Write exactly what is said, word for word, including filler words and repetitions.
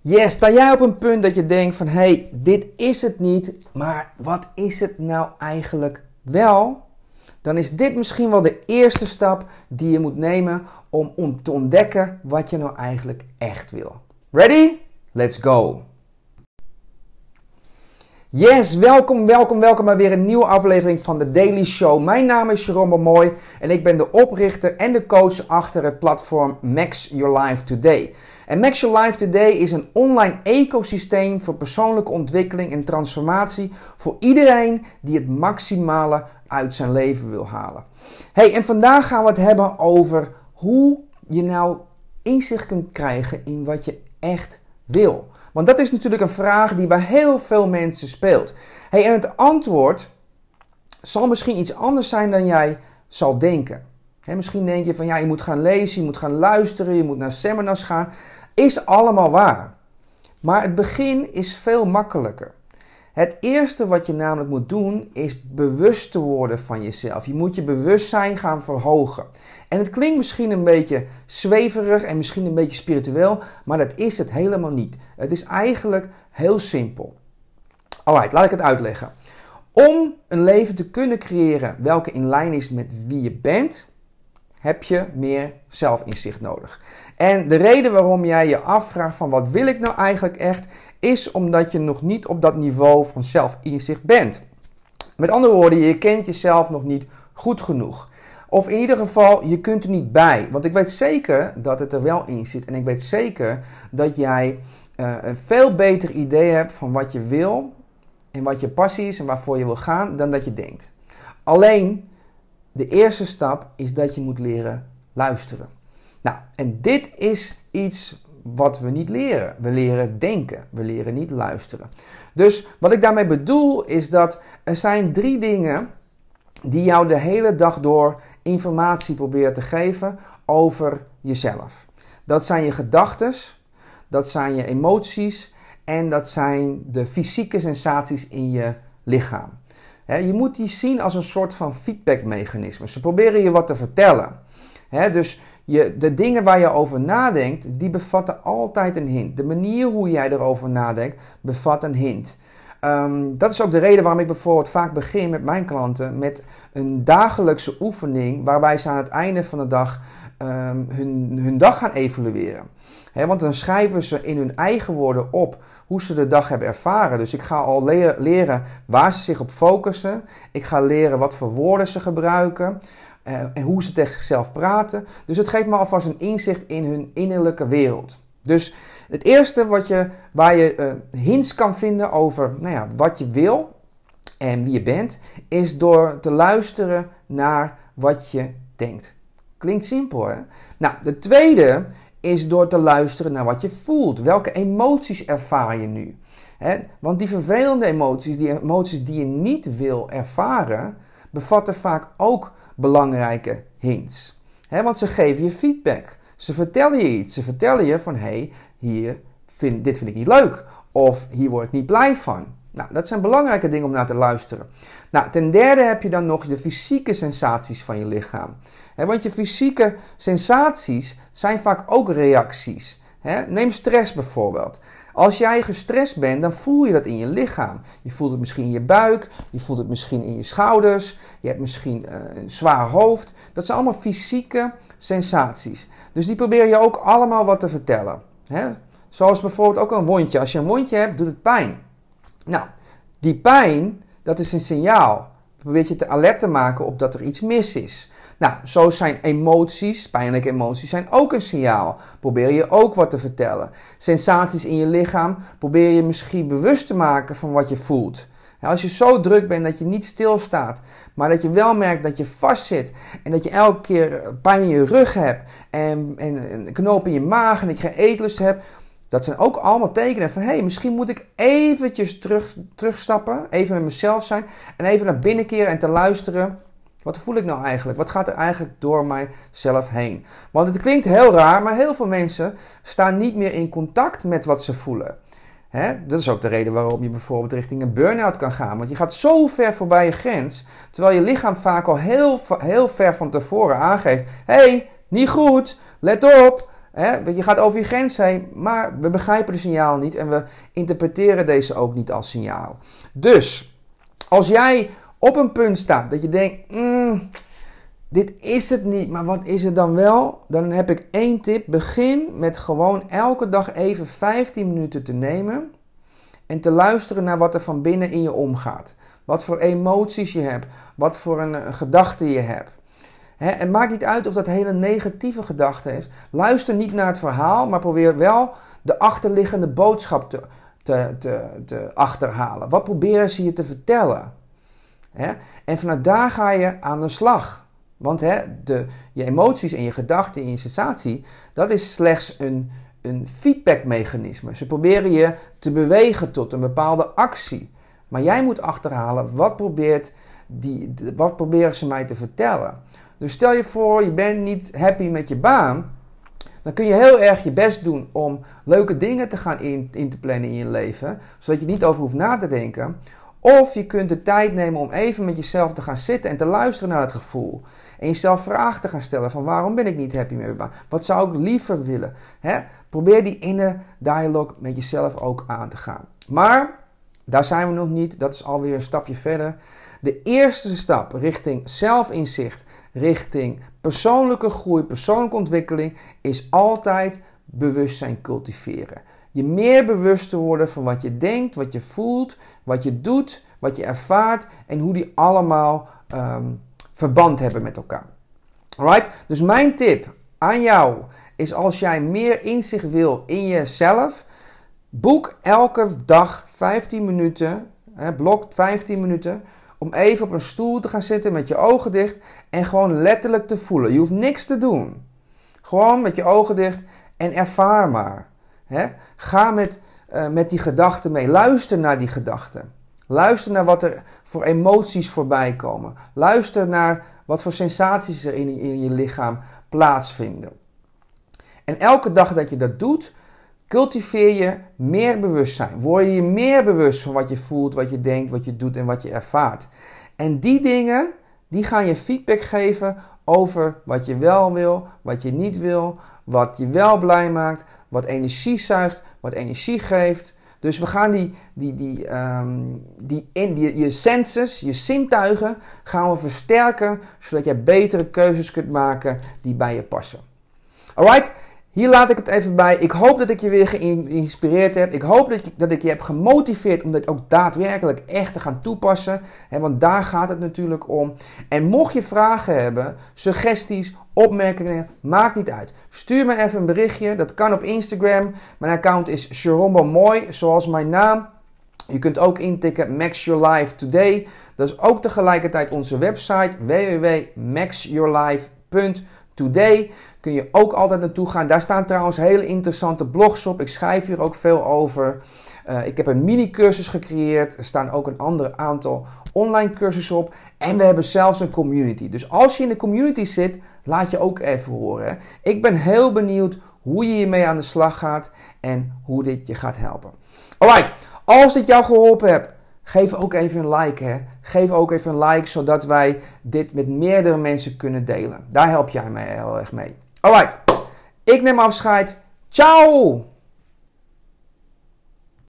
Yes, sta jij op een punt dat je denkt van, hé, hey, dit is het niet, maar wat is het nou eigenlijk wel? Dan is dit misschien wel de eerste stap die je moet nemen om, om te ontdekken wat je nou eigenlijk echt wil. Ready? Let's go! Yes, welkom, welkom, welkom bij weer een nieuwe aflevering van The Daily Show. Mijn naam is Jerome Mooi en ik ben de oprichter en de coach achter het platform Max Your Life Today. En Max Your Life Today is een online ecosysteem voor persoonlijke ontwikkeling en transformatie voor iedereen die het maximale uit zijn leven wil halen. Hey, en vandaag gaan we het hebben over hoe je nou inzicht kunt krijgen in wat je echt wil. Want dat is natuurlijk een vraag die bij heel veel mensen speelt. Hey, en het antwoord zal misschien iets anders zijn dan jij zal denken. He, misschien denk je van ja, je moet gaan lezen, je moet gaan luisteren, je moet naar seminars gaan. Is allemaal waar. Maar het begin is veel makkelijker. Het eerste wat je namelijk moet doen is bewust te worden van jezelf. Je moet je bewustzijn gaan verhogen. En het klinkt misschien een beetje zweverig en misschien een beetje spiritueel, maar dat is het helemaal niet. Het is eigenlijk heel simpel. Alright, laat ik het uitleggen. Om een leven te kunnen creëren welke in lijn is met wie je bent, heb je meer zelfinzicht nodig. En de reden waarom jij je afvraagt van wat wil ik nou eigenlijk echt, is omdat je nog niet op dat niveau van zelfinzicht bent. Met andere woorden, je kent jezelf nog niet goed genoeg. Of in ieder geval, je kunt er niet bij. Want ik weet zeker dat het er wel in zit. En ik weet zeker dat jij uh, een veel beter idee hebt van wat je wil en wat je passie is en waarvoor je wil gaan dan dat je denkt. Alleen, de eerste stap is dat je moet leren luisteren. Nou, en dit is iets wat we niet leren. We leren denken, we leren niet luisteren. Dus wat ik daarmee bedoel is dat er zijn drie dingen die jou de hele dag door informatie proberen te geven over jezelf. Dat zijn je gedachten, dat zijn je emoties en dat zijn de fysieke sensaties in je lichaam. He, je moet die zien als een soort van feedbackmechanisme. Ze proberen je wat te vertellen. He, dus je, de dingen waar je over nadenkt, die bevatten altijd een hint. De manier hoe jij erover nadenkt, bevat een hint. Um, dat is ook de reden waarom ik bijvoorbeeld vaak begin met mijn klanten met een dagelijkse oefening waarbij ze aan het einde van de dag um, hun, hun dag gaan evalueren. He, want dan schrijven ze in hun eigen woorden op hoe ze de dag hebben ervaren. Dus ik ga al leer, leren waar ze zich op focussen. Ik ga leren wat voor woorden ze gebruiken. Uh, en hoe ze tegen zichzelf praten. Dus het geeft me alvast een inzicht in hun innerlijke wereld. Dus het eerste wat je, waar je uh, hints kan vinden over nou ja, wat je wil en wie je bent, is door te luisteren naar wat je denkt. Klinkt simpel, hè? Nou, de tweede is door te luisteren naar wat je voelt. Welke emoties ervaar je nu? He, want die vervelende emoties, die emoties die je niet wil ervaren, bevatten vaak ook belangrijke hints. He, want ze geven je feedback. Ze vertellen je iets. Ze vertellen je van, hé, hey, hier vind, dit vind ik niet leuk. Of hier word ik niet blij van. Nou, dat zijn belangrijke dingen om naar te luisteren. Nou, ten derde heb je dan nog de fysieke sensaties van je lichaam. He, want je fysieke sensaties zijn vaak ook reacties. He, neem stress bijvoorbeeld. Als jij gestrest bent, dan voel je dat in je lichaam. Je voelt het misschien in je buik, je voelt het misschien in je schouders, je hebt misschien uh, een zwaar hoofd. Dat zijn allemaal fysieke sensaties. Dus die probeer je ook allemaal wat te vertellen. He? Zoals bijvoorbeeld ook een wondje. Als je een wondje hebt, doet het pijn. Nou, die pijn, dat is een signaal. Probeer je te alert te maken op dat er iets mis is. Nou, zo zijn emoties, pijnlijke emoties, zijn ook een signaal. Probeer je ook wat te vertellen. Sensaties in je lichaam, probeer je misschien bewust te maken van wat je voelt. Als je zo druk bent dat je niet stilstaat, maar dat je wel merkt dat je vastzit en dat je elke keer pijn in je rug hebt en, en een knoop in je maag en dat je geen eetlust hebt, dat zijn ook allemaal tekenen van, hé, hey, misschien moet ik eventjes terug, terugstappen, even met mezelf zijn en even naar binnen keren en te luisteren. Wat voel ik nou eigenlijk? Wat gaat er eigenlijk door mijzelf heen? Want het klinkt heel raar, maar heel veel mensen staan niet meer in contact met wat ze voelen. Hè? Dat is ook de reden waarom je bijvoorbeeld richting een burn-out kan gaan. Want je gaat zo ver voorbij je grens, terwijl je lichaam vaak al heel, heel ver van tevoren aangeeft, hé, hey, niet goed, let op, Hè? Je gaat over je grens heen, maar we begrijpen de signaal niet en we interpreteren deze ook niet als signaal. Dus, als jij op een punt staat dat je denkt, mm, dit is het niet, maar wat is het dan wel? Dan heb ik één tip. Begin met gewoon elke dag even vijftien minuten te nemen en te luisteren naar wat er van binnen in je omgaat. Wat voor emoties je hebt, wat voor een, een gedachte je hebt. He, het maakt niet uit of dat hele negatieve gedachte heeft. Luister niet naar het verhaal, maar probeer wel de achterliggende boodschap te, te, te, te achterhalen. Wat proberen ze je te vertellen? He? En vanuit daar ga je aan de slag. Want he, de, je emoties en je gedachten en je sensatie, dat is slechts een, een feedbackmechanisme. Ze proberen je te bewegen tot een bepaalde actie. Maar jij moet achterhalen, wat, probeert die, wat proberen ze mij te vertellen? Dus stel je voor, je bent niet happy met je baan. Dan kun je heel erg je best doen om leuke dingen te gaan in, in te plannen in je leven. Zodat je niet over hoeft na te denken. Of je kunt de tijd nemen om even met jezelf te gaan zitten en te luisteren naar het gevoel. En jezelf vragen te gaan stellen van waarom ben ik niet happy met mijn baan? Wat zou ik liever willen? Hè? Probeer die inner dialogue met jezelf ook aan te gaan. Maar daar zijn we nog niet. Dat is alweer een stapje verder. De eerste stap richting zelfinzicht, richting persoonlijke groei, persoonlijke ontwikkeling, is altijd bewustzijn cultiveren. Je meer bewust te worden van wat je denkt, wat je voelt, wat je doet, wat je ervaart en hoe die allemaal um, verband hebben met elkaar. Alright? Dus mijn tip aan jou is, als jij meer inzicht wil in jezelf, boek elke dag vijftien minuten, hè, blok vijftien minuten, om even op een stoel te gaan zitten met je ogen dicht en gewoon letterlijk te voelen. Je hoeft niks te doen. Gewoon met je ogen dicht en ervaar maar. Hè? Ga met, uh, met die gedachten mee. Luister naar die gedachten. Luister naar wat er voor emoties voorbij komen. Luister naar wat voor sensaties er in, in je lichaam plaatsvinden. En elke dag dat je dat doet, cultiveer je meer bewustzijn. Word je je meer bewust van wat je voelt, wat je denkt, wat je doet en wat je ervaart. En die dingen, die gaan je feedback geven over wat je wel wil, wat je niet wil, wat je wel blij maakt, wat energie zuigt, wat energie geeft. Dus we gaan die, die, die, um, die, in, die je senses, je zintuigen, gaan we versterken, zodat jij betere keuzes kunt maken die bij je passen. Alright? Hier laat ik het even bij. Ik hoop dat ik je weer geïnspireerd heb. Ik hoop dat, je, dat ik je heb gemotiveerd om dit ook daadwerkelijk echt te gaan toepassen. Hè, want daar gaat het natuurlijk om. En mocht je vragen hebben, suggesties, opmerkingen, maakt niet uit. Stuur me even een berichtje. Dat kan op Instagram. Mijn account is Jerome Mooi, zoals mijn naam. Je kunt ook intikken Max Your Life Today. Dat is ook tegelijkertijd onze website w w w punt max your life punt today. Kun je ook altijd naartoe gaan. Daar staan trouwens hele interessante blogs op. Ik schrijf hier ook veel over. Uh, ik heb een mini-cursus gecreëerd. Er staan ook een ander aantal online cursussen op. En we hebben zelfs een community. Dus als je in de community zit, laat je ook even horen. Hè. Ik ben heel benieuwd hoe je hiermee aan de slag gaat en hoe dit je gaat helpen. Alright, als dit jou geholpen hebt, geef ook even een like. Hè. Geef ook even een like, zodat wij dit met meerdere mensen kunnen delen. Daar help jij mij heel erg mee. Alright, ik neem afscheid. Ciao!